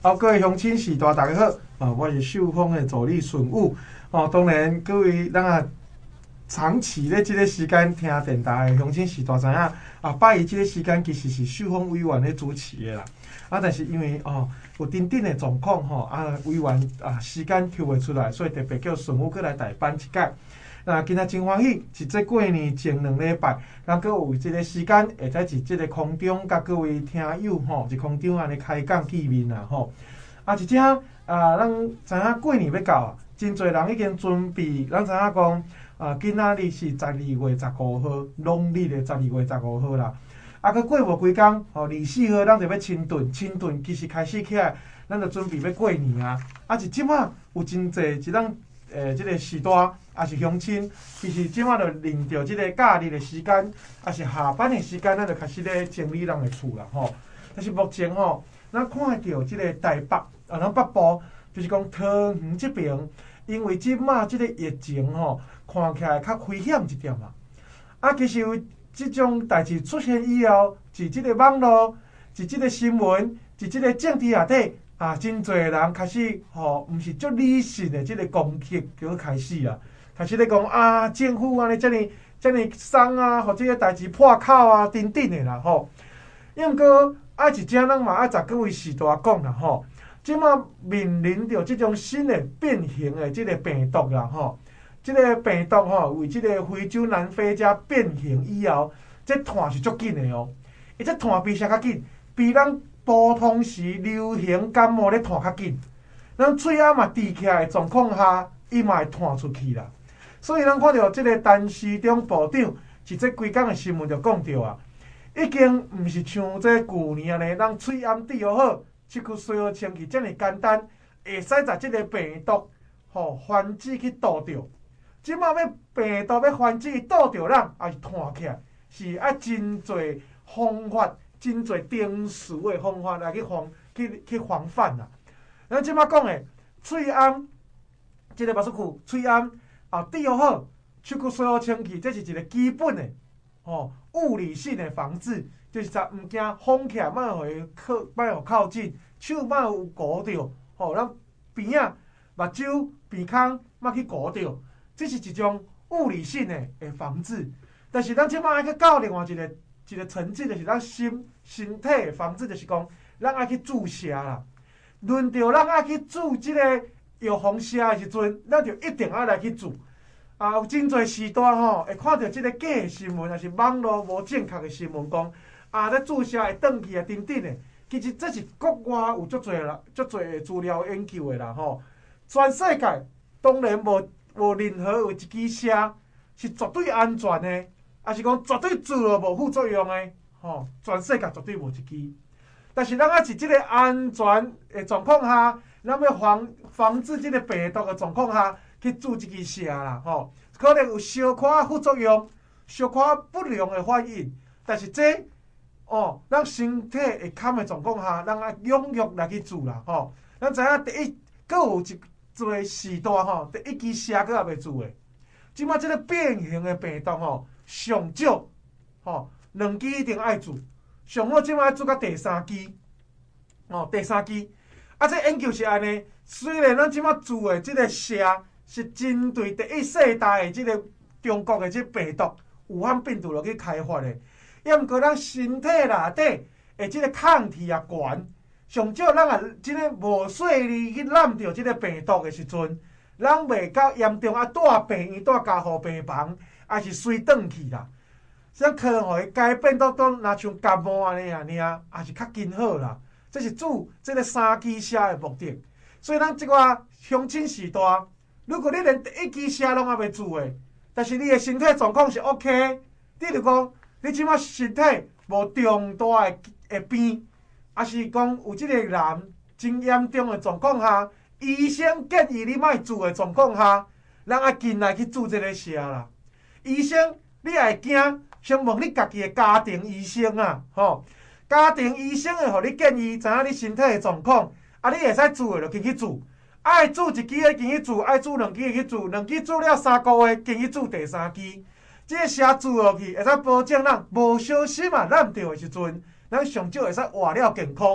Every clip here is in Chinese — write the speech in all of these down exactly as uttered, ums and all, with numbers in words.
好，各位乡亲时代大家好，啊，我是秀峰的助理顺武。哦，当然各位咱啊长期咧即个时间听电台的乡亲时代知影，啊，拜伊即个时间其实是秀峰委员咧主持的啦。啊，但是因为哦有等等的状况吼，啊委员啊时间抽袂出来，所以特别叫顺武过来代班一届。那今仔真欢喜，是这过年前两礼拜，咱阁有即个时间，会使伫即个空中，甲各位听友吼，伫空中安尼开讲见面啦吼。啊，一正啊，咱知影过年要到啊，真侪人已經準備，咱知影講啊，今仔日是十二月十五號，農曆的十二月十五號啦。啊，佮過無幾工，吼，二四號咱就要清頓，清頓其實開始起來，咱就準備要過年啊。啊，是即馬有真濟，一咱誒，即個時代，也是鄉親，其實即馬就利用即個假日的時間，也是下班的時間，咱就開始咧整理咱的厝啦，吼。但是目前吼，咱看到即個台北。啊，咱北部就是講桃園這邊，因為即馬即個疫情吼，看起來較危險一點啊。啊，其實有即種代志出現以後，自即個網絡，自即個新聞，自即個政治下底，啊，真濟人開始吼，毋是足理性的即個攻擊就開始啊，開始咧講啊，政府安尼遮爾遮爾鬆啊，或者個代志破口啊，等等的啦吼。因毋過啊，一正咱嘛愛十各位時代講啦吼。即馬面臨着即種新的變形的即個病毒啦，吼，即個病毒吼為即個非洲南非遮變形以後，即傳是足緊的哦。伊即傳比啥較緊？比咱普通時流行感冒咧傳較緊。咱喙仔嘛閉起來的狀況下，伊嘛會傳出去啦。所以咱看到即個陳時中部長是即幾工的新聞就講到啊，已經毋是像即舊年安尼，咱喙掩治好好。即句隨號清氣，遮爾簡單，會使在即個病毒吼繁殖去倒掉。即馬要病毒要繁殖倒掉人，也是傳起來，是愛真濟方法，真濟定時的方法來去防去去防範啦。咱即馬講的喙掩，即個巴斯庫喙掩啊，治好好，即句隨號清氣，這是一個基本的吼物理性的防治。就是在毋驚風起來，莫互伊靠，莫互靠近，手莫有糊着，吼，咱鼻仔、目睭、鼻孔莫去糊着，這是一種物理性的誒防治。但是咱即擺愛去到另外一個一個層次，就是咱身身體的防治，就是講咱愛去注射啦。輪到咱愛去注即個藥防射的時陣，咱就一定愛來去注。啊，有真濟時代吼，會看到即個假的新聞，還是網絡無正確的新聞講。啊！咧注射會轉去啊，等等的，其實這是國外有足濟啦，足濟資料研究的啦吼。全世界當然無無任何有一支射是絕對安全的，也是講絕對治療無副作用的吼。全世界絕對無一支。但是咱啊是即個安全的狀況下，咱要防防治即個病毒的狀況下去注一支射啦吼。可能有小可副作用、小可不良的反應，但是這哦，咱身體會堪的狀況下，咱愛踴躍來去注啦，吼、哦。咱知影第一，閣有一個時代吼，第一支射閣也未注的。即馬即個變形的病毒吼，上少吼兩支一定愛注，上好即馬愛注到第三支，哦，第三支。啊，這研究是安尼，雖然咱即馬注的即個射是針對第一世代的即個中國的即病毒武漢病毒落去開發的。也毋過咱身體內底誒，即個抗體也懸，上少咱也即個無細膩去染着即個病毒的時陣，咱袂到嚴重啊，帶病院帶加護病房，還是隨轉去啦。咱可能互伊改變到當若像感冒安尼啊，爾也是較緊好啦。這是主即個三支射的目的。所以咱即個鄉親時代，如果你連第一支射攏還未注的，但是你的身體狀況是 OK， 你就講。你即馬身體無重大誒誒病，也是講有即個人真嚴重誒狀況下，醫生建議你莫注誒狀況下，咱愛緊來去注即個射啦。醫生你也會驚，先問你家己誒家庭醫生啊，吼，家庭醫生會互你建議，知影你身體誒狀況，啊，你會使注誒就緊去注，愛注一支誒緊去注，愛注兩支誒去注，兩支注了三個月，緊去注第三支。即個射注落去，會使保證咱無小心啊染着的時陣，咱上少會使活了健康，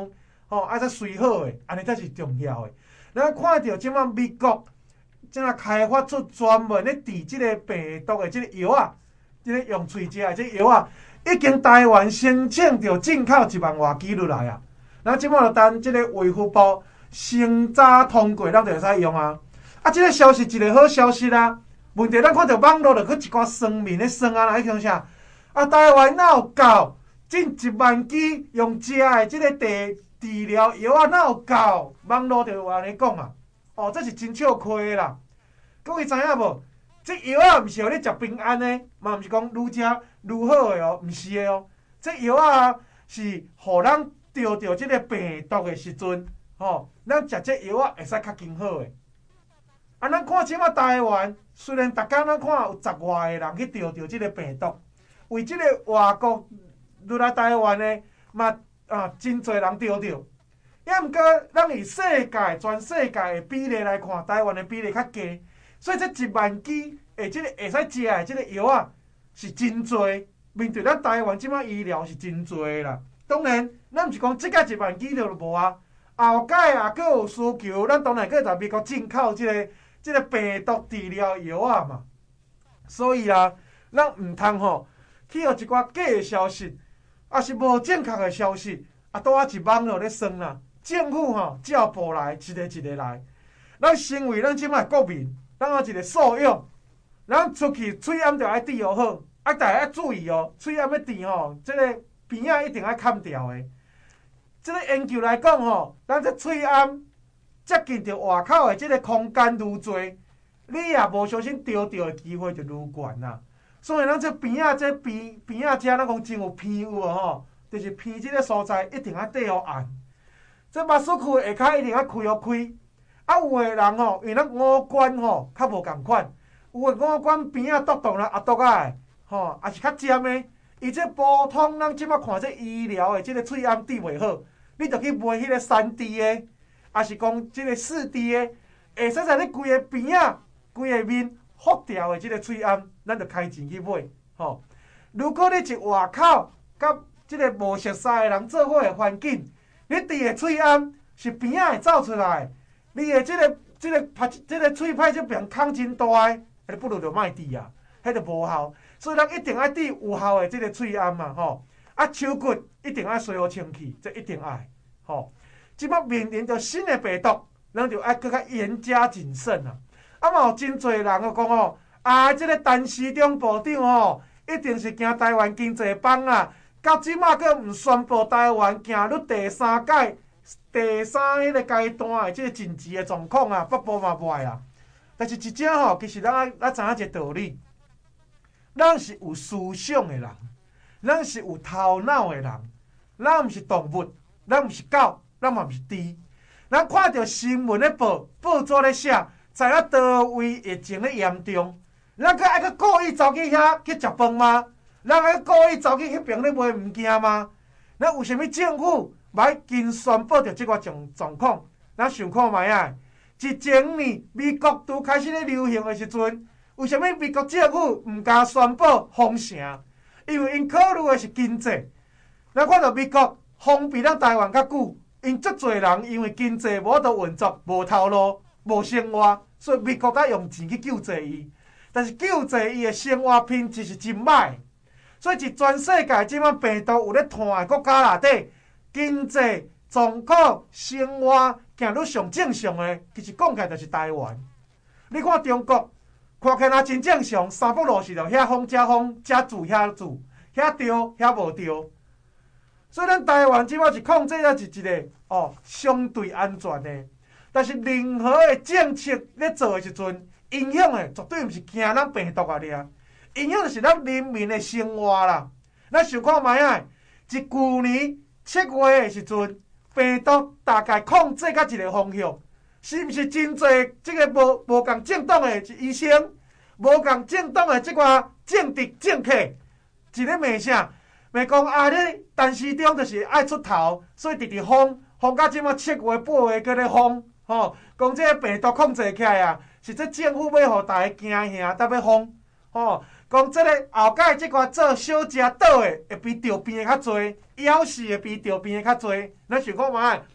吼，啊才随好诶，安尼才是重要诶。咱看到即摆美国正啊开发出专门咧治即个病毒诶即个药啊，即个用喙食诶即个药啊，已经台湾申请着进口一万外支落来啊。咱即摆就等即个卫福部审查通过，咱就会使用啊。啊，即个消息一个好消息啦。问题咱看到网络就去一寡酸民咧酸啊，来讲啥？啊，台湾哪有够进一万支用食诶即个地治疗药啊，哪有够？网络就有安尼讲啊。哦，这是真笑亏啦！各位知影无？这药啊，毋是互你食平安的，嘛毋是讲愈食愈好的哦，毋是的哦。这药啊，是互咱得着即个病毒的时阵，吼、哦，咱食这药啊会使较更好的。啊，咱看即马台湾，虽然逐工咱看有十外个人去得着即个病毒，为即个外国入来台湾的嘛啊，真侪人得着。也毋过，咱以世界全世界的比例来看，台湾的比例较低，所以这一万支诶，即个会使食的即个药啊，是真侪。面对咱台湾即摆医疗是真侪啦。当然，咱毋是讲即届一万支就无啊，后届啊，佫有需求，咱当然佫会在美国进口即个即个病毒治疗药啊嘛。所以啊，咱毋通吼去互一寡假的消息，啊是无正确的消息，啊拄啊一网络咧算啦。政府吼照步来，一个一个来。咱身为咱即摆国民，咱有一个素养，咱出去喙暗着爱治好好，啊，大家要注意哦，喙暗要治吼，即个边仔一定要砍掉的。即个研究来讲吼，咱这喙暗接近着外口的即个空间愈侪，你也无小心着着的机会就愈悬啦。所以咱这边仔这边边仔遮，咱讲真有偏有哦吼，就是偏即个所在一定要缀互暗。这目屎窟下骹一定要开互开，啊有诶人吼，因为咱五官吼较无共款，有诶五官边仔凸凸啦、压凸啊，吼，也是较尖诶。伊这普通咱即摆看这医疗诶，即个喙暗治袂好，你着去买迄个三 D 诶，也是讲即个四 D 诶，会使使你规个边仔、规个面复掉诶，即个喙暗，咱着开钱去买，吼。如果你是外口甲即个无熟悉诶人做伙诶环境，你伫个喙暗是边仔会走出来，你的即、這个、即、這个拍、即个喙歹即边孔真大个，你不如就莫治啊，迄就无效。所以咱一定要治有效的即个喙暗嘛，吼。啊，手骨一定要随好清气，这一定爱，吼。即摆面临着新的病毒，咱就爱更较严加谨慎啊。啊嘛有真侪人个讲吼，啊，即、這个陈时中部长吼，一定是惊台湾经济崩啊。到即马佫毋宣布台湾行入第三届、第三迄个阶段的即个紧急的状况啊，北部嘛袂啊。但是一只吼，其实咱爱咱知影一个道理，咱是有思想的人，咱是有头脑的人，咱毋是动物，咱毋是狗，咱嘛毋是猪。咱看到新闻咧报，报纸咧写，知影倒位疫情咧严重，咱佫爱佫故意走去遐去食饭吗？咱爱故意走去迄边咧卖物件吗？咱为虾米政府歹经宣布着即个状状况？咱想看卖啊！一前年美国拄开始咧流行的时阵，为虾米美国政府毋敢宣布封城？因为因考虑的是经济。咱看到美国封闭咱台湾较久，因足侪人因为经济无得运作、无头路、无生活，所以美国才用钱去救济伊。但是救济伊的生活品质是真歹。所以，是全世界即摆病毒有咧传的国家内底，经济状况、生活行入上正常的，其实讲起来就是台湾。你看中国，看起来真正常，三不五时就遐封遮封，遮住遐住，遐着遐无着。所以，咱台湾即摆是控制了是一个哦相对安全的，但是任何的政策咧做的时阵，影响的绝对毋是惊咱病毒啊尔。影响就是咱人民的生活啦。咱想看卖啊，一旧年七月的时阵，病毒大概控制到一个方向，是毋是真侪即个无无共政党的医生，无共政党的即个政治政客，一咧骂啥？骂讲啊，你陈时中就是爱出头，所以直直封，封到即马七月八月，搁咧封，吼，讲即个病毒控制起来啊，是这政府要互大家惊吓，才要封，吼。讲即个后届即个做小食倒的会比着病的较侪，枵死会比着病的较侪。咱想看卖，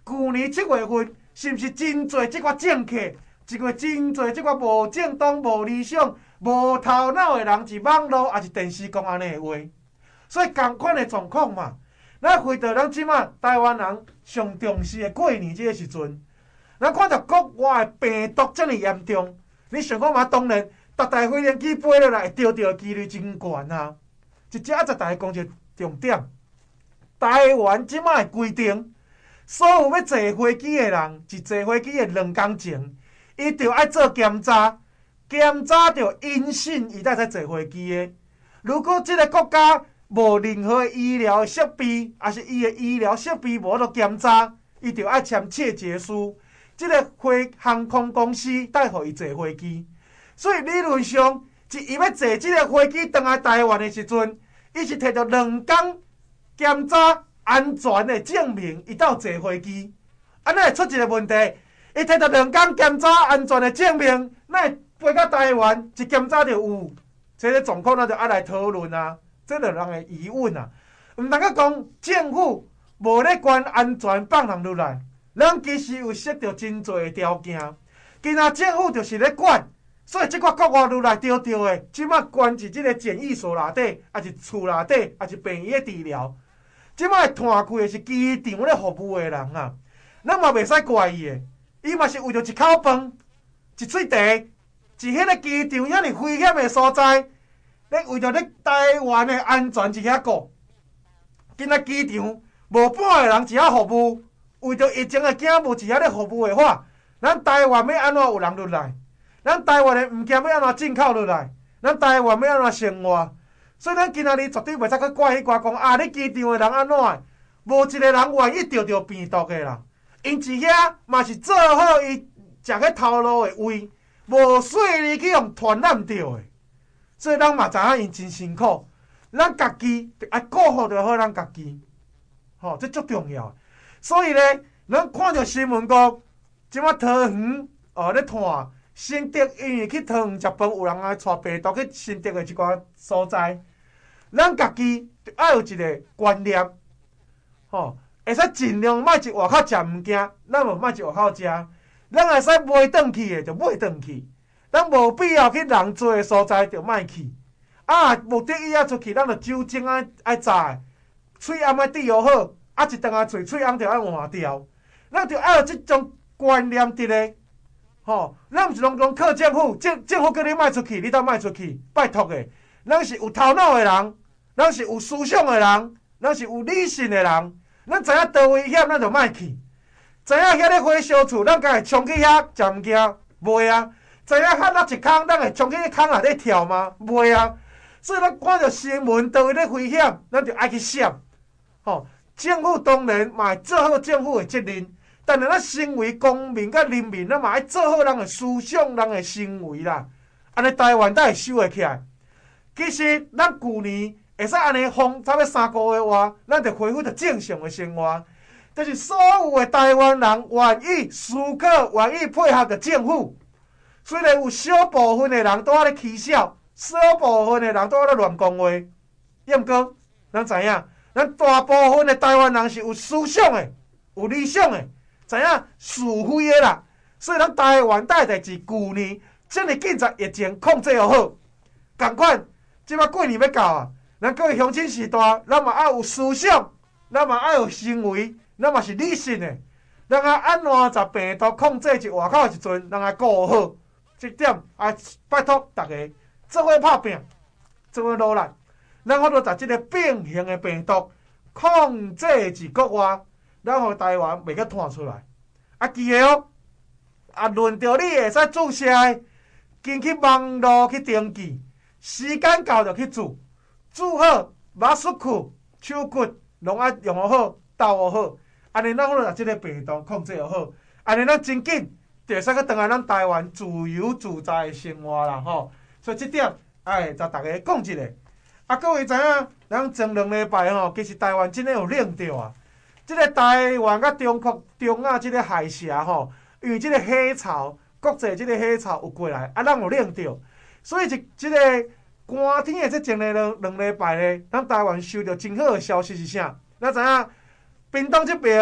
旧年七月份是毋是真侪即款政客，一个真侪即款无政党、无理想、无头脑的人，是网络也是电视讲安尼的话，所以共款的状况嘛。咱回到咱即马台湾人上重视的过年即个时阵，咱看到国外的病毒遮尔严重，你想讲嘛？当然，逐台飞行机飞落来会着着的几率真悬啊！一只一大讲一个重点，台湾即马的规定，所有要坐飞机的人，是坐飞机的两工前，伊着爱做检查，检查着阴性，伊才使坐飞机的。如果即个国家无任何的医疗设备，还是伊的医疗设备无得检查，伊着爱签切结书。即个飞航空公司带互伊坐飞机，所以理论上，是伊要坐即个飞机回来台湾的时阵，伊是摕到两工检查安全的证明，伊才有坐飞机。安尼会出一个问题，伊摕到两工检查安全的证明，那会飞到台湾一检查就有，这个状况咱就爱来讨论啊，这就人的疑问啊。毋通个讲政府无咧管安全放人落来。咱其实有设着真侪的条件，今仔政府就是咧管，所以即款国外入来着着的，即马关伫即个检疫所内底，也是厝内底，也是病院的治疗。即马会摊开的是机场咧服务的人啊，咱嘛袂使怪伊的，伊嘛是为着一口饭、一喙茶，伫迄个机场遐尔危险的所在，咧为着咧台湾的安全伫遐顾。今仔机场无半个人伫遐服务。为着疫情的警务一遐咧服务的话，咱台湾要安怎有人落来？咱台湾的物件要安怎进口落来？咱台湾要安怎生活？所以咱今仔日绝对袂使去怪迄寡讲啊！你机场的人安怎的？无一个人愿意着着病毒的啦。因一遐嘛是做好伊食去头路的位，无细哩去互传染着的。所以咱嘛知影因真辛苦，咱家己爱顾好着好咱家己，吼、哦，这足重要。所以咧，咱看到新闻讲，即马桃园哦咧探新竹，因为去桃园食饭，有人爱带病毒去新竹的一寡所在。咱家己爱有一个观念，吼、哦，会使尽量莫伫外口食物件，咱无莫伫外口食。咱会使买转去的，就买转去。咱无必要去人多的所在，就莫去。啊，目的伊啊出去，咱就酒精爱爱炸，喙暗爱滴好。啊，一顿啊，嘴喙红着爱换掉，咱着爱有即种观念伫咧，吼，咱毋是拢拢靠政府，政政府叫你卖出去，你当卖出去，拜托诶，咱是有头脑诶人，咱是有思想诶人，咱是有理性诶人，咱知影倒危险，咱就莫去，知影遐咧火烧厝，咱敢会冲去遐食物件？袂啊，知影遐落一空，咱会冲去迄空内底跳吗？袂啊，所以咱看到新闻倒位咧危险，咱就爱去闪，吼。政府当然嘛会做好政府的责任，但是咱身为公民甲人民，咱嘛爱做好咱的思想、咱的行为啦。安尼台湾才会收会起来。其实咱旧年会使安尼放差不多三个月外，咱就恢复着正常的生活。就是所有的台湾人愿意思考、愿意配合着政府。虽然有小部分的人都在咧起笑，小部分的人都在咧乱讲话，毋过咱知影。咱大部分的台湾人是有思想的、有理想的，知影是非的啦。所以咱台湾代代志旧年这么紧张疫情控制又好，同款即摆过年要到啊，咱各位乡亲时代，咱嘛爱有思想，咱嘛爱有行为，咱嘛是理性的。咱爱安怎在病毒控制伫外口的时阵，咱爱顾好，这点爱拜托大家做伙拍拼，做伙努力。咱好多在即个变形的病毒控制伫国外，咱互台湾袂阁拖出来。啊，记个哦，啊，轮到你会使注射的，紧去网络去登记，时间到就去注，注好，马术裤、手骨拢爱用好，斗好。安尼咱好在即个病毒控制好，安尼咱真紧就会使去转来咱台湾自由自在的生活啦吼。所以即点爱甲大家讲一下。啊，各位知影，咱前两礼拜吼，其实台湾真诶有冷着啊。即、这个台湾甲中国中亚即个海峡吼，因为即个海潮，国际即个海潮有过来，啊，咱有冷着，所以即即个寒天诶，即前个两两礼拜咧，咱台湾收到真好诶消息是啥？咱知影，屏东即边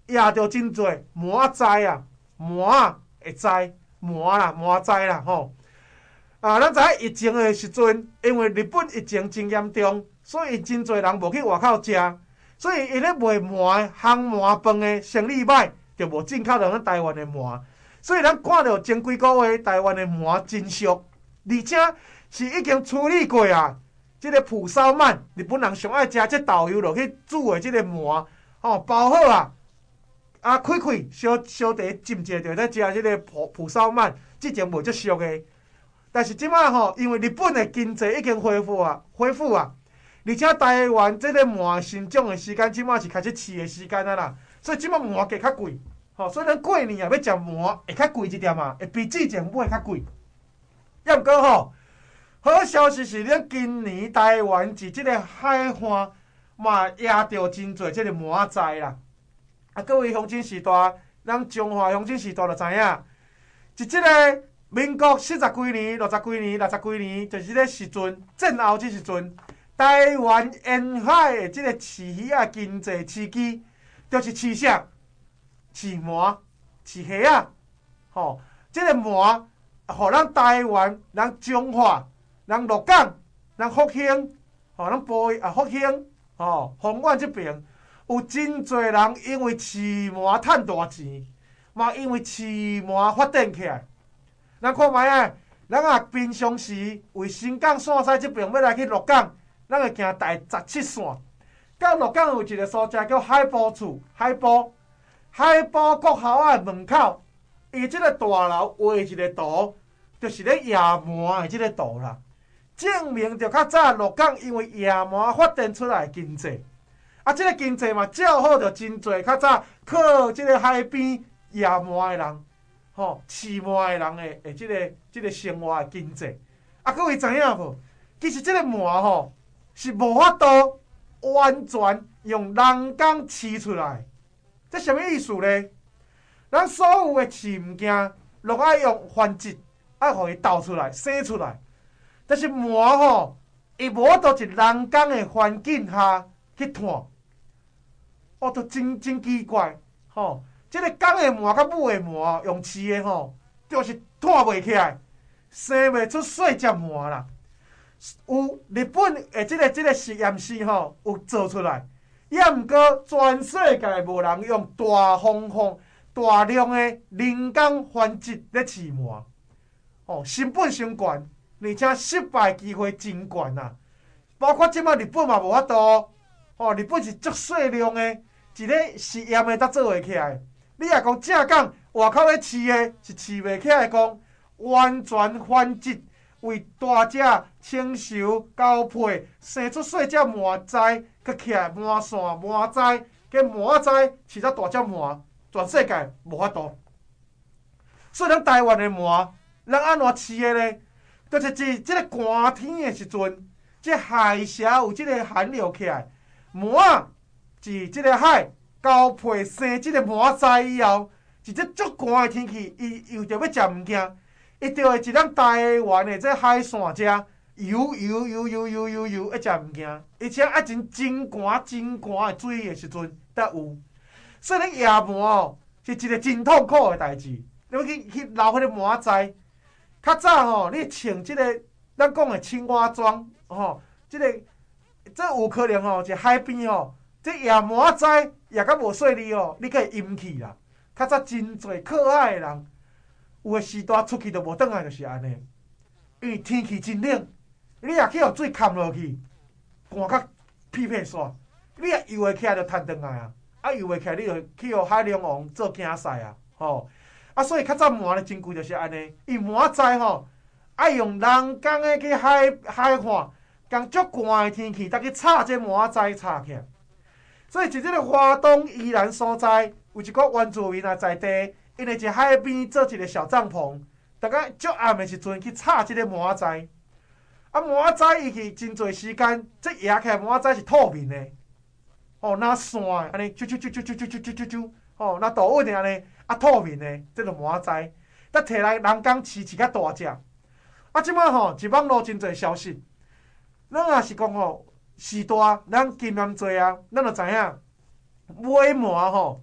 抓着真侪麻仔啊，麻会知麻啦，麻知啦吼。啊，咱知影疫情的时阵，因为日本疫情真严重，所以真侪人无去外口食，所以因咧卖麻烘麻饭的生意歹，就无进口到咱台湾的麻。所以咱看到前几个月台湾的麻真俗，而且是已经处理过啊。即个蒲烧鳗，日本人上爱食即豆油落去煮的即个麻，吼包好啊，啊开开烧烧茶浸者就在食即个蒲蒲烧鳗，之前无遮俗的。但是即摆吼，因为日本的经济已经恢复啊，恢复啊，而且台湾即个麻生长的时间，即摆是开始饲的时间啊啦，所以即摆麻价较贵，吼，所以咱过年啊要食麻会较贵一点啊，会比之前买较贵。抑毋过吼，好消息是，咱今年台湾伫即个海岸嘛抓着真侪即个麻仔啦。啊，各位乡亲时代，咱中华乡亲时代就知影，伫即个民国四十几年、六十几年、六十几年，就是这时阵战后这时阵，台湾沿海的即个饲鱼啊经济刺激，就是饲啥？饲麻、饲虾啊，吼，即、这个麻，互咱台湾、咱中华、咱鹿港、咱福兴，吼，咱埔啊福兴，吼，丰原即边有真侪人因为饲麻趁大钱，嘛因为饲麻发展起来。咱看卖啊，咱啊平常时为新港线西即边要来去鹿港，咱会行第十七线。到鹿港有一个所在叫海埔厝，海埔海埔国校啊门口，伊即个大楼画一个图，就是咧亚麻的即个图啦。证明着较早鹿港因为亚麻发展出来的经济，啊，即、这个经济嘛照好着真侪较早靠即个海边亚麻的人。吼，饲麻的人的诶，即个即个生活的经济，啊，各位知影无？其实即个麻吼是无法度完全用人工饲出来，这什么意思呢？咱所有的饲物件，拢爱用繁殖，爱互伊斗出来、生出来。但是麻吼，伊无法度一人工的环境下去传，哦，都真真奇怪，吼。即个公的麻甲母的麻用饲的吼，就是拖袂起来，生袂出细只麻啦。有日本的即、这个即、这个实验室吼，有做出来，也毋过全世界无人用大方法、大量的人工繁殖咧饲麻，哦，成本伤悬，而且失败机会真悬呐。包括即摆日本嘛无法度，哦，日本是足细量的一个实验的才做会起来。你若讲正讲，外口咧饲的是饲袂起来，讲完全繁殖，为大只成熟交配，生出细只麻仔，佮起来麻线麻仔，佮麻仔饲只大只麻，全世界无法度。所以咱台湾的麻，咱安怎饲的咧？就是即即个寒天的时阵，即海蛇有即个寒流起来，麻伫即个海。交配生即个麻仔以后，是即足寒的天气，伊又着要食物件，伊着会伫咱台湾的这海线遮游游游游游游游要食物件，而且爱真真寒真寒的水的时阵才有。所以咱亚麻哦，是一个真痛苦的代志。你要去去留迄个麻仔，较早吼，你穿即个咱讲的青蛙装吼，即个这有可能吼，是海边吼。这亚麻仔也较无细腻哦，你可以阴去啦。较早真侪可爱的人，有诶时代出去都无转来，就是安尼。因为天气真冷，你若去互水淋落去，寒甲屁屁煞，你若游会起来就趁转来啊。啊游会起来，你就去互海龙王做竞赛啊，吼。啊，所以较早麻咧真贵就是安尼。伊麻仔吼，爱用人工诶去海海岸，共足寒诶天气，才去插这麻仔插起来。所以，伫即个花东宜兰所在，有一个原住民啊在地，因为伫海边做一个小帐篷，大概足暗的时阵去插即个麻仔。啊，麻仔伊去真侪时间，这压起来麻仔是透明的，哦，那线安尼，啾啾啾啾啾啾啾啾啾啾，哦，那倒稳的安尼，啊透明的，这个麻仔，得摕来人工饲饲较大只。啊，即摆吼，一网络真侪消息，咱若是讲吼。时代，咱经验多啊，咱就知影买麻吼，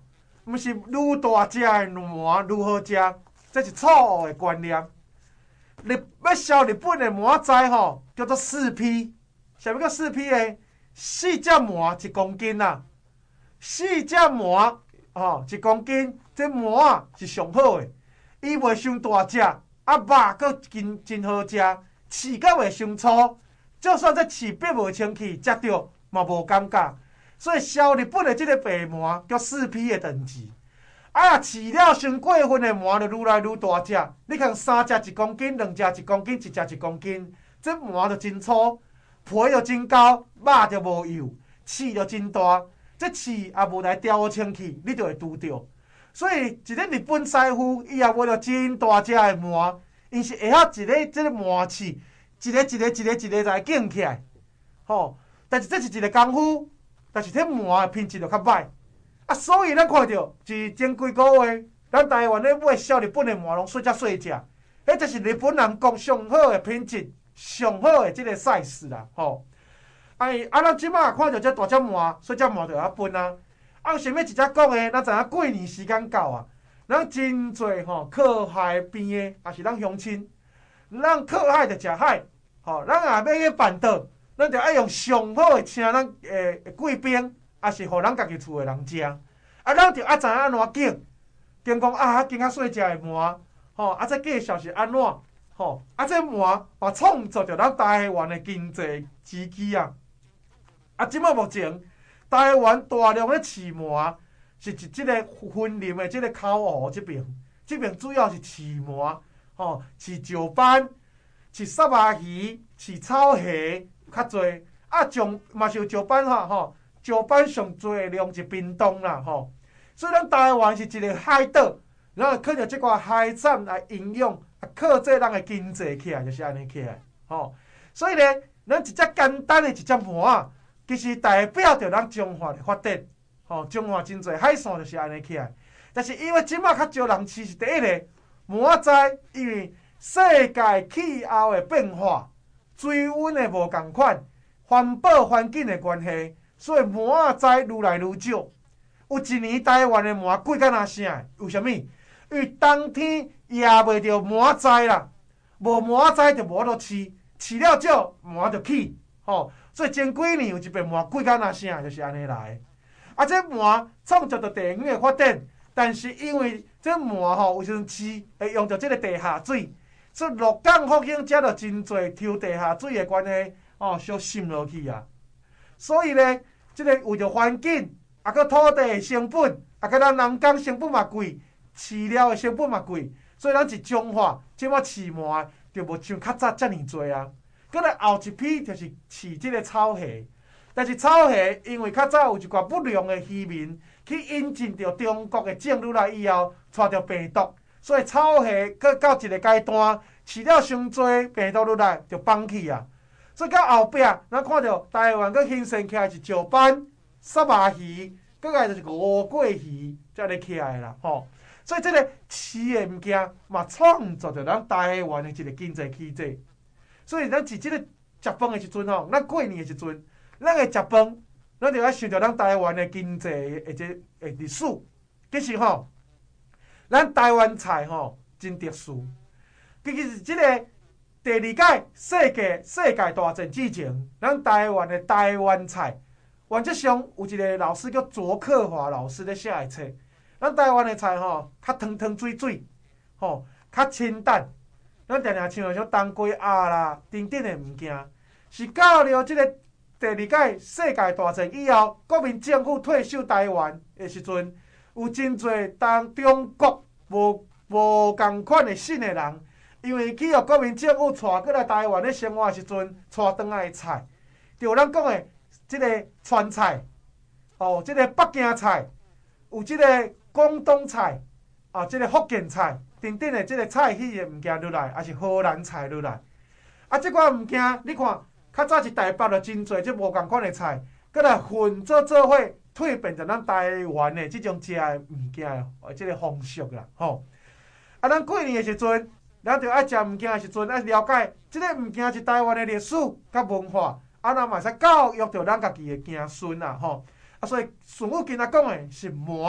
毋是愈大只的麻愈好食，这是错误的观念。日要烧日本的麻材吼，叫做四批。啥物叫四批的？四只麻一公斤啊，四只麻吼一公斤，这麻啊是上好的，伊袂伤大只，啊肉佫真真好食，饲甲袂伤粗，就算这饲逼袂清气，食着嘛无感觉。所以烧日本的即个白麻叫四批的等级。啊，饲了伤过分的麻就愈来愈大只，你看三只一公斤，两只一公斤，一只一公斤，这麻就真粗，皮就真厚，肉就无幼，刺就真大，这刺也无来调好清气，你就会拄着。所以一个日本师傅，伊也为了真大只的麻，伊是会晓一个即个麻刺，一个一个一个一个来拣起来，吼。但是这是一个功夫，但是这麻的品质就较歹。啊，所以咱看到是前几个月，咱台湾咧买烧日本的麻拢细只细只，迄就是日本人讲上好的品质、上好的即个 size 啦，吼。哎，啊，咱即马看到这大只麻、细只麻就晓分啊。啊，有啥物一只讲的？咱知影过年时间到啊，咱真侪吼靠海边的，也是咱乡亲，咱靠海就食海，吼，咱也要去办桌，咱就爱用上好的请咱诶贵宾。也是互咱家己厝诶人食，啊，咱着爱知影安怎拣，拣讲啊，拣较细只诶麻，吼，啊，这介绍是安怎，吼，啊，这麻嘛创造着咱台湾诶经济奇迹啊！啊，即摆目前台湾大量咧饲麻，是一即个森林诶即个口湖即边，即边主要是饲麻，吼，饲石斑、饲沙巴鱼、饲草虾较侪，啊，种嘛是有石斑哈，吼。石斑上最的量是屏东啦，吼，所以咱台湾是一个海岛，然后靠着即寡海产来营养，啊，靠这咱的经济起来，就是安尼起来，吼。所以咧，咱一只简单的一只麻，其实代表着咱中华的发展，吼，中华真侪海产就是安尼起来。但是因为即马较少人饲是第一个麻材，因为世界气候的变化、水温的无共款、环保环境的关系。所以麻仔材愈来愈少，有一年台湾的麻贵甲若啥？为虾物？因为冬天也袂着麻材啦，无麻材就无得饲，饲了少麻就起，吼。所以前几年有一爿麻贵甲若啥，就是安尼来。啊，这麻创造着地缘的发展，但是因为这麻吼有时阵饲会用着这个地下水，所以鹿港福兴遮着真侪抽地下水的关系，哦，小渗落去啊。所以咧，即、這个为着环境，啊，佮土地的成本，啊，佮咱人工成本嘛贵，饲料的成本嘛贵，所以咱是中华，即马饲麻就无像较早遮尔济啊。佮来后一批就是饲即个草虾，但是草虾因为较早有一寡不良的渔民去引进着中国的种入来以后，带着病毒，所以草虾佮到一个阶段，饲了伤济病毒入来就放弃啊。所以到后壁，咱看到台湾佮兴盛起来是石斑、沙巴鱼，佮来就是五桂鱼，才咧起来啦，吼。所以这个饲的物件嘛，创造着咱台湾的一个经济奇迹。所以咱是即个食饭的时阵吼，咱过年的时阵，咱会食饭，咱就要想着咱台湾的经济的即个历史。其实吼，咱台湾菜吼真特殊，其实是即个。第二届世界世界大战之前，咱台湾的台湾菜，原则上有一个老师叫卓克华老师咧写的册。咱台湾的菜吼，较汤汤水水，吼，较清淡。咱定定像像冬瓜鸭啦，等等的物件，是到了即个第二届世界大战以后，国民政府退守台湾的时阵，有真侪当中国无无共款的新的人。因为去互国民政府带过来台湾咧生活的时阵，带转来的菜，就咱讲的即个川菜，哦，即个北京菜，有即个广东菜，啊，即个福建菜，等等的即个菜系的物件入来，也是荷兰菜入来。啊，即款物件，你看，较早是台北就真侪即无共款的菜，佮来混做做伙，蜕变成咱台湾的即种食的物件的即个方式啦，吼。啊，咱过年的时阵。咱着爱食物件的时阵，爱了解即个物件是台湾的历史甲文化，啊，咱嘛使教育着咱家己的子孙啦，吼。啊，所以顺武今仔讲的是麻，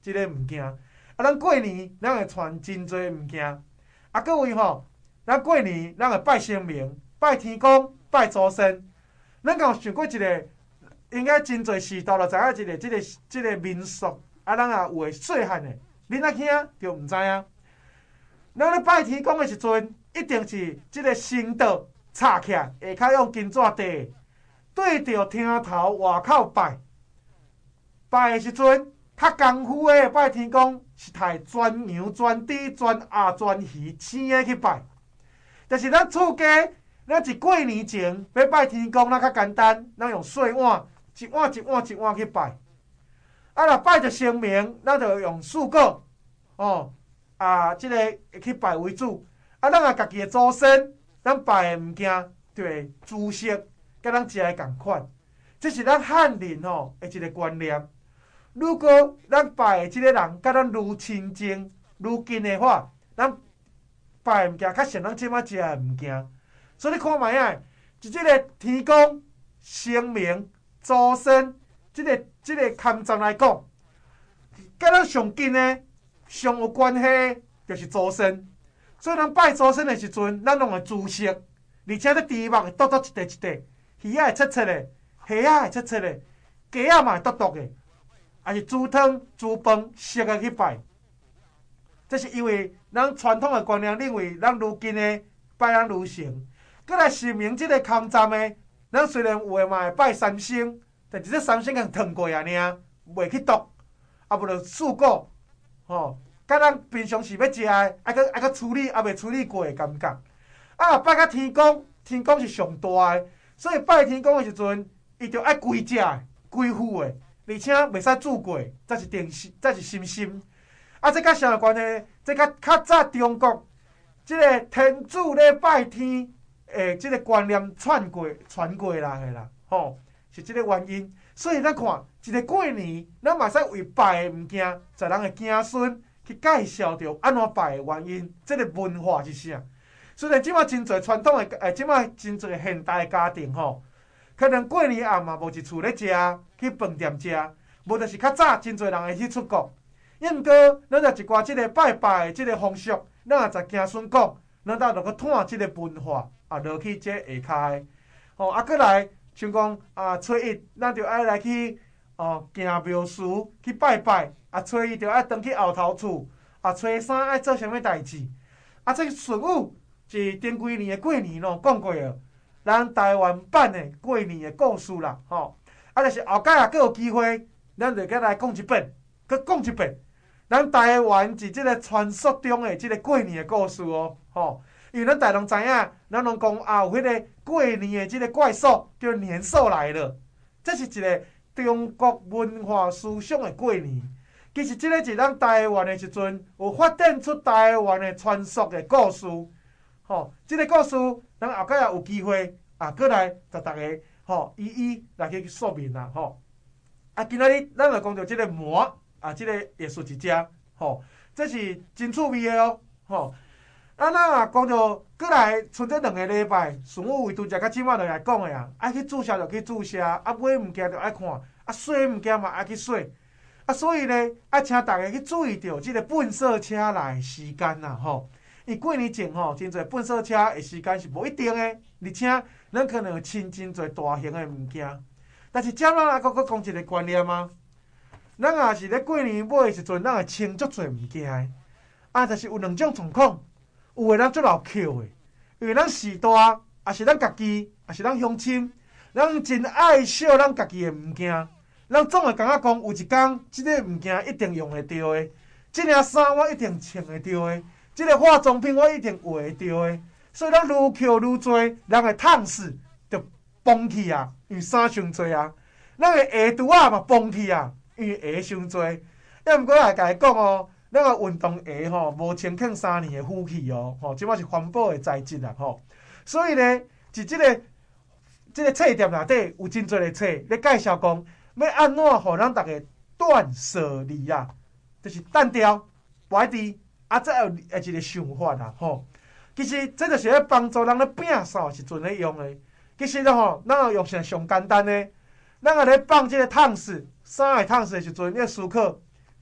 即个物件。啊，咱过年咱会传真侪物件，啊，各位吼，咱过年咱会拜神明、拜天公、拜祖先。咱敢有想过一个，应该真侪时代就知影一个即、這个即、這个民俗，啊，咱也有诶细汉诶，恁仔囝就毋知影。咱咧拜天公诶时阵，一定是即个神道插起来，下骹用金纸地，对着厅头外口拜。拜诶时阵，较功夫诶拜天公是摕全羊、全猪、全鸭、全鱼生诶去拜。但是咱厝家，咱是过年前要拜天公，咱较简单，咱用细碗，一碗一碗一碗去拜。啊，若拜着神明，咱就用四果，哦，啊，即、這个去拜为主。啊，咱也家己诶祖先，咱拜诶物件就会煮食，甲咱食诶共款。这是咱汉人吼诶一个观念。如果咱拜诶即个人甲咱愈亲近、愈近诶话，咱拜诶物件较像咱即摆食诶物件。所以你看卖啊，就即个天公、神明、祖先，即、這个即、這个勘站来讲，甲咱上近诶、上有关系就是祖先。所以咱拜祖先诶时阵，咱拢会煮食，而且咧猪肉会剁剁一块一块，鱼仔会切切诶，虾仔会切切诶，鸡仔嘛会剁剁诶。也是煮汤、煮饭，熟个去拜。这是因为咱传统的观念认为，咱愈近的拜咱愈神。过来神明即个空站的，咱虽然有诶嘛会拜三星，但是这三星共烫过啊尔，袂去剁，啊无就四果，吼，甲咱平常时要食的，爱搁爱搁处理，还袂处理过的感觉。啊，拜甲天公，天公是上大的，所以拜天公的时阵，伊着爱规只的、规副的。而且袂使煮过，才是定心，才是心心。啊，这甲啥有关系？这甲较早中国即个天主咧拜天诶，即个观念传过、传过来诶啦，吼，是即个原因。所以咱看一个过年，咱嘛使为拜诶物件，在人诶子孙去介绍着安怎拜诶原因，即个文化是啥？虽然即马真侪传统诶，诶，即马真侪现代诶家庭吼。可能过年暗嘛无一厝咧食，去饭店食，无就是较早真侪人会去出国。因毋过，咱若一寡即个拜拜的即个风俗，咱也知子孙讲，咱倒着去探即个文化，啊，落去这下骹的。吼、哦，啊，过来像讲啊，初一咱着爱来去哦行庙祠去拜拜，啊，初二着爱转去后头厝，啊，初三爱做啥物代志？啊，这顺武是顶几年的过年咯，讲过了。咱台湾版的过年的故事啦，吼，啊，就是后摆也阁有机会，咱就再来讲一遍，阁讲一遍。咱台湾是即个传说中的即个过年的故事哦，吼，因为咱大人知影，咱拢讲啊，有迄个过年的即个怪兽叫年兽来了，这是一个中国文化思想的过年。其实即个是咱台湾的时阵，有发展出台湾的传说的故事。吼，即、這個故事，咱后摆也有机會啊，過來甲大家吼一一來去說明啦，吼。啊，今仔日咱來講到即個魔啊，即、這個藝術一隻，吼，這是真趣味的哦，吼。啊，咱啊講到過來，剩這兩個禮拜，順武為拄食到即馬就來講的啊，愛去注射就去注射，啊買物件就愛看，啊洗物件嘛愛去洗，啊所以呢，愛請大家去注意到即個噴射車來時間啦，吼。因為過年前吼，真侪糞掃車的時間是無一定的，而且咱可能有親真侪大型的物件。但是接落來佫佫講一個觀念啊，咱也是咧過年尾的時陣，咱會清足侪物件的。啊，就是有兩種狀況，有的咱足老抾的，因為咱時代，也是咱家己，也是咱鄉親，咱真愛惜咱家己的物件。咱總會感覺講，有一天，即個物件一定用會到的，即件衫我一定穿會到的。即個化妝品我一定會到的，所以咱愈抾愈多，人的桶匙就崩去啊，因為衫傷多啊。咱的鞋拄仔嘛崩去啊，因為鞋傷多。要毋過來甲伊講哦，咱個運動鞋吼無清欠三年的負氣哦，吼，即擺是環保的材質啦吼。所以呢，是即、這個即、這個冊店內底有真濟個冊咧介紹講，要安怎互咱逐個斷捨離啊，就是斷掉擺佇。啊，這有一個想法啦，吼。其實這就是咧幫助人咧摒掃時陣咧用的。其實咧吼，咱用上上簡單的，咱個咧放這個桶匙，衫個桶匙的時陣，你思考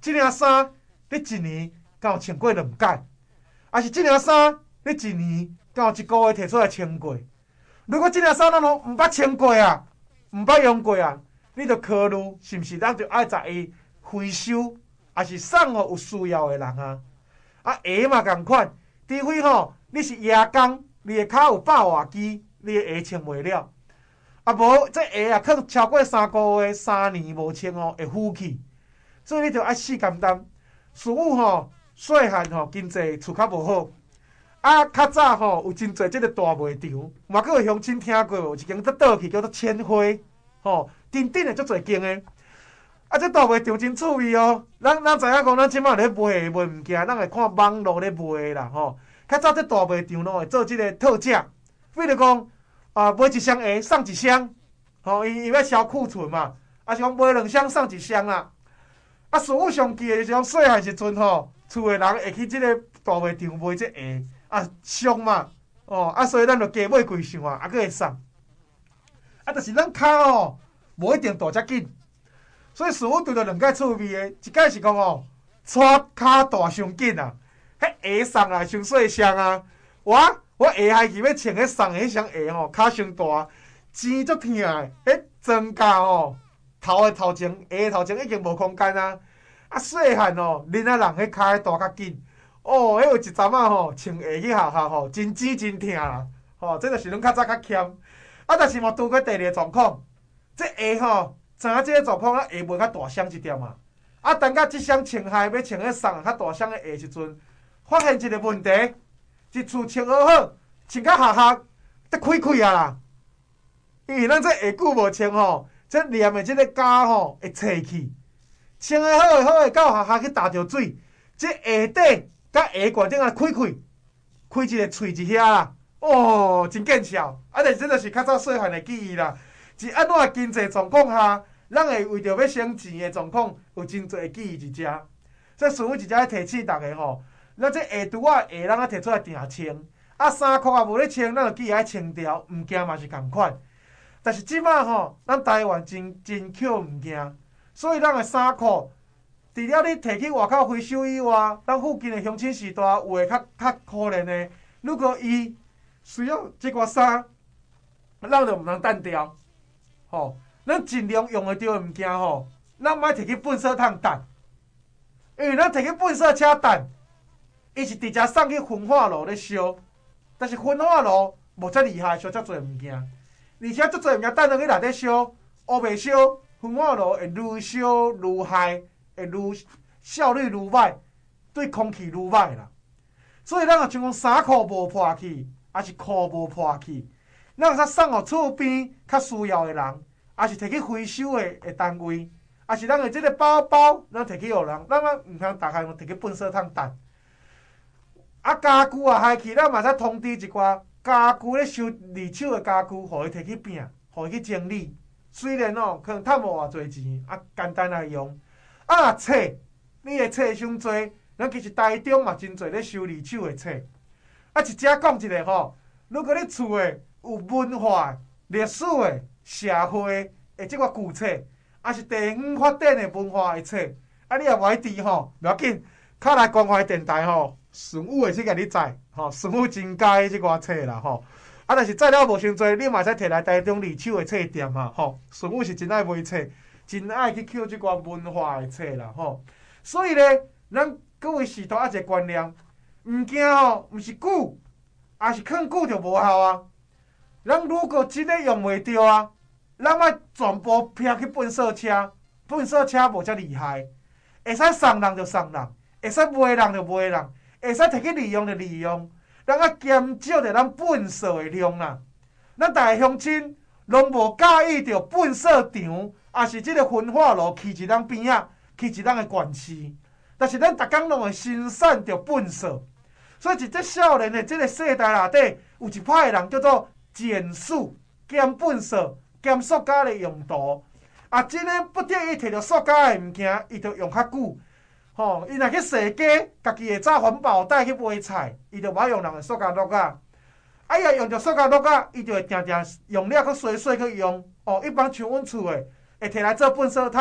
即领衫你一年敢有穿过两届？还是即领衫你一年敢有一个月摕出来穿过？如果即领衫咱拢毋捌穿过啊，毋捌用过啊，你着考虑是毋是咱着爱在伊回收，还是送互有需要的人啊？啊，鞋嘛共款，除非吼你是夜工，你的骹有百外支，你的鞋穿袂了。啊，无这鞋啊，可能超过三个月、三年无穿哦，会腐去。所以你着爱细甘担。事物吼，细汉吼经济厝较无好。啊，较早吼有真侪即个大卖场，嘛佫有乡亲听过无？一间则倒去叫做千花，吼，顶顶的足侪间的。啊，这大卖场真趣味哦。咱咱知影讲，咱即摆咧卖卖物件，咱会看网络咧卖啦，吼。较早这大卖场拢会做即个特价，比如讲啊，买一箱鞋送一箱，吼，伊伊要销库存嘛，啊是讲买两箱送一箱啦。啊，事务上记的就是讲细汉时阵吼，厝的人会去即个大卖场买这鞋。啊，俗嘛，哦，啊，所以咱就加买几箱啊，啊，佫会送。啊，但是咱骹吼，无一定大遮紧，所以师傅拄着两届趣味的，一届是讲哦，带骹大伤紧啊，迄鞋送来伤细双啊。我我下学期要穿迄送的迄双鞋吼，骹伤大，钱足疼的，迄装甲吼，头的头前，鞋的头前已经无空间啊。啊，细汉哦，恁仔人迄骹大较紧。哦，迄有一阵仔吼，穿鞋去学校吼，真挤真疼啦。吼，这就是阮较早较欠。啊，但是嘛，拄过第二个状况，这鞋吼，知影这个状况，咱鞋卖较大双一点啊。啊，等到即双穿鞋要穿迄送较大双的鞋时阵，发现一个问题，一厝穿好好，穿到下下，得开开啊啦。因为咱这下久无穿吼，这黏的这个胶吼会脆去，穿的好好的到下下去打着水，这鞋底。甲鞋管顶啊开开，开一个喙一遐啦，哦，真见笑。啊，但是这就是较早细汉的记忆啦。是安怎经济状况下，咱会为着要省钱的状况，有真侪记忆一只。所以顺便一只提醒大家吼，咱这鞋拄仔鞋咱啊摕出来定穿，啊衫裤啊无咧穿，咱就记爱穿掉。物件嘛是共款，但是即摆吼，咱台湾真真捡物件，所以咱的衫裤。除了你摕去外口回收以外，咱附近的乡亲时代有诶较较可怜的，如果伊需要即寡衫，咱就毋通等掉。吼，咱尽量用会着诶物件吼，咱莫摕去粪扫桶等，因为咱摕去粪扫车等，伊是直接送去焚化炉咧烧，但是焚化炉无遮厉害，烧遮侪物件，而且遮侪物件等落去内底烧，乌白烧，焚化炉会愈烧愈害。会愈效率愈歹，对空气愈歹啦。所以咱若像讲衫裤无破去，还是裤无破去，咱会使送互厝边较需要的人，还是摕去回收的的单位，还是咱的即个包包，咱摕去互人，咱啊毋通逐项摕去粪扫桶等。啊，家具啊害去，咱嘛使通知一寡家具咧收二手的家具，互伊摕去摒，互伊去整理。虽然哦，可能趁无偌侪钱，啊，简单来用。啊，册，你的册伤多，咱其实台中嘛真侪咧收二手的册。啊，一只讲一个吼，如果你厝诶有文化、历史的、社会的即个旧册，啊是第五发展的文化的册，啊你也无爱知吼，袂要紧，敲来关怀电台吼，顺武会去甲你载，吼，顺武真佳即个册啦吼。啊，但是材料无伤多，你嘛使摕来台中二手的册店嘛吼，顺武是真爱卖册。真爱去捡即寡文化的册啦吼，所以咧，咱各位师徒啊一个观念，物件吼，毋是久，也是囥久就无效啊。咱如果真诶用袂着啊，咱莫全部撇去粪扫车，粪扫车无遮厉害，会使送人就送人，会使卖人就卖人，会使摕去利用就利用，咱啊减少着咱粪扫的量啦。咱逐个乡亲拢无介意着粪扫场。也是即个焚化炉去伫咱边仔，去伫咱的县市，但是咱逐工拢会生产着粪扫，所以伫即少年的即个世代内底，有一派的人叫做减塑、减粪扫、减塑胶的用途。啊，真诶不得已摕着塑胶的物件，伊就用较久。吼，伊若去踅街，家己会扎环保袋去买菜，伊就无用人的塑胶袋啊。啊，伊若用着塑胶袋啊，伊就会定定用了，佫洗洗去用。哦，一般像阮厝的。会摕来做粪扫桶，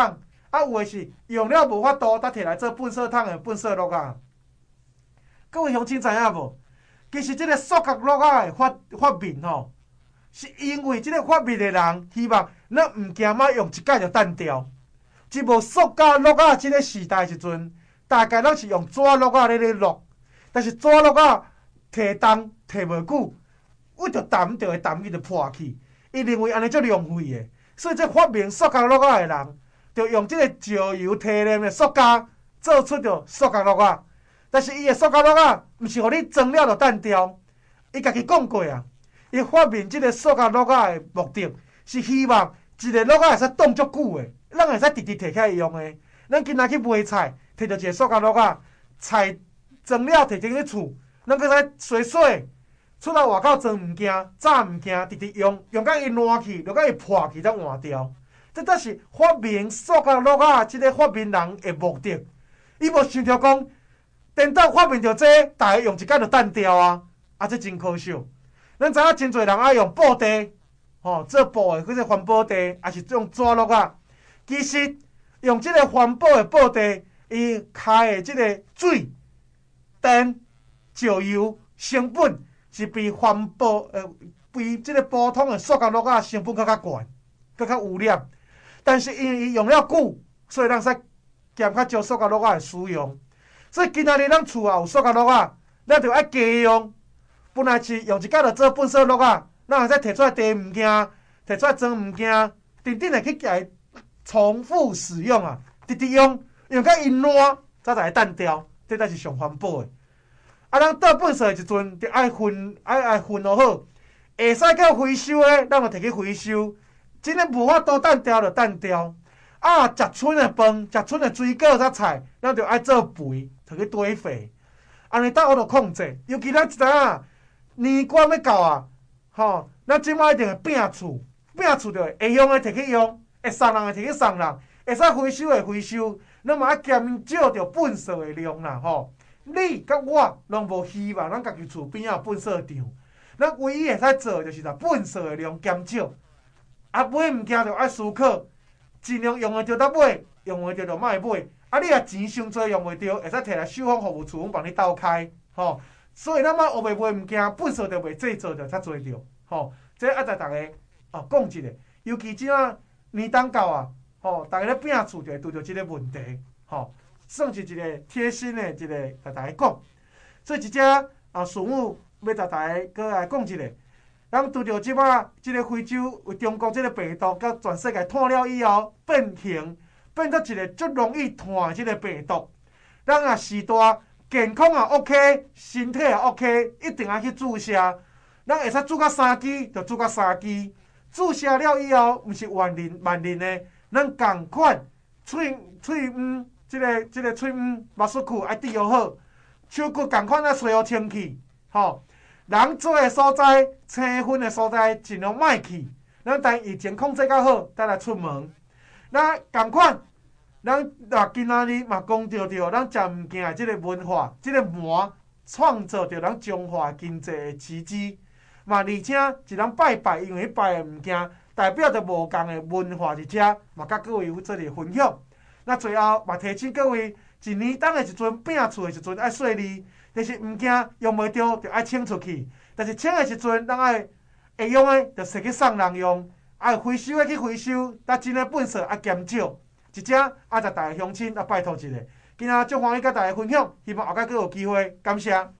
啊，有诶是用了无法度，才摕来做粪扫桶诶粪扫落啊。各位乡亲知影无？其实即个塑胶落啊诶发发明吼，是因为即个发明诶人希望咱物件莫用一摆就单掉。即无塑胶落啊即个时代时阵，大概拢是用纸落啊咧咧落，但是纸落啊摕重摕无久，为着澹就会澹去就破去。伊认为安尼足浪费诶，所以这发明塑胶落啊诶人，就用即个石油提炼诶塑胶做出着塑胶落啊。但是伊诶塑胶落啊，毋是互你装了就单掉。伊家己讲过啊，伊发明即个塑胶落啊诶目的，是希望一个落啊会使冻足久诶，咱会使直直摕起来用诶。咱今仔去买菜，摕着一个塑胶落啊，菜装了摕进去厝，咱搁使洗洗，出来外口装物件、炸物件，直直用，用到伊烂去，用到伊破去才换掉。这才是发明塑胶落啊，即个发明人诶目的。伊无想着讲。电脑发明着这，大家用一摆就单掉啊！啊，这真可笑。咱知影真侪人爱用布袋，吼做布的，或者环保袋，也是用纸落啊。其实用即个环保的布袋，伊开的即个水、电、石油成本是比环保呃比即个普通的塑胶落啊成本更较悬，更较污染。但是因为伊用了久，所以咱使减较少塑胶落啊的使用。所以今仔日咱厝啊有塑胶落啊，咱着爱加用。本来是用一摆就做粪扫落啊，咱会使摕出来摕物件，摕出来装物件，定定的去来重复使用啊，直直用，用到伊烂，才会单掉，这才是上环保的。啊，咱倒粪扫的时阵，着爱分爱爱分好好，会使叫回收的，咱就摕去回收。真诶无法度单掉就单掉。啊，食剩的饭、食剩的水果、甲菜，咱着爱做肥，摕去堆肥。安尼倒好着控制。尤其咱知影年关要到啊，吼，咱即摆一定会摒厝，摒厝着会用的摕去用，会送人的摕去送人，会使回收的回收。咱嘛爱减少着粪扫的量啦，吼。你甲我拢无希望咱家己厝边仔有粪扫场，咱唯一会使做就是把粪扫的量减少。啊，买物件着爱思考。尽量用会着才买，用会着就莫买。啊，你若钱伤济用袂着，会使摕来收房服务处，阮帮你斗开，吼。所以咱莫学袂买物件，粪扫着袂制作着较侪着，吼。这爱在逐个哦讲一下，尤其即啊年冬到啊，吼，逐个咧摒厝就会拄着即个问题，吼。算是一个贴心的一个，甲大家讲。所以一只啊顺务要甲大家搁来讲一下。咱拄着即摆即个非洲为中国即个病毒，甲全世界传了以后，变形变做一个足容易传的即个病毒。咱也时代健康也 OK， 身体也 OK， 一定要去注射。咱会使注到三支，就注到三支。注射了以后，毋是万灵万灵的，咱共款喙喙黄即个即个喙黄目屎裤爱滴好，手骨共款啊吹互清气，吼。人做诶所在、青熏诶所在，尽量莫去。咱等疫情控制较好，再来出门。咱共款，咱若今仔日嘛讲着着，咱食物件诶即个文化、即个膜，创造着咱中华经济诶奇迹。嘛，而且一人拜拜，因为拜诶物件代表着无共诶文化伫遮，嘛甲各位有做个分享。那最后嘛提醒各位，一年冬诶时阵，摒厝诶时阵爱细腻。但是物件用袂着，就爱清出去。但是清的时阵，咱爱会用的，就摕去送人用；爱回收的去回收。但真诶粪扫爱减少。一只爱在大家乡亲啊，拜托一下。今仔足欢喜甲大家分享，希望后摆佫有机会，感谢。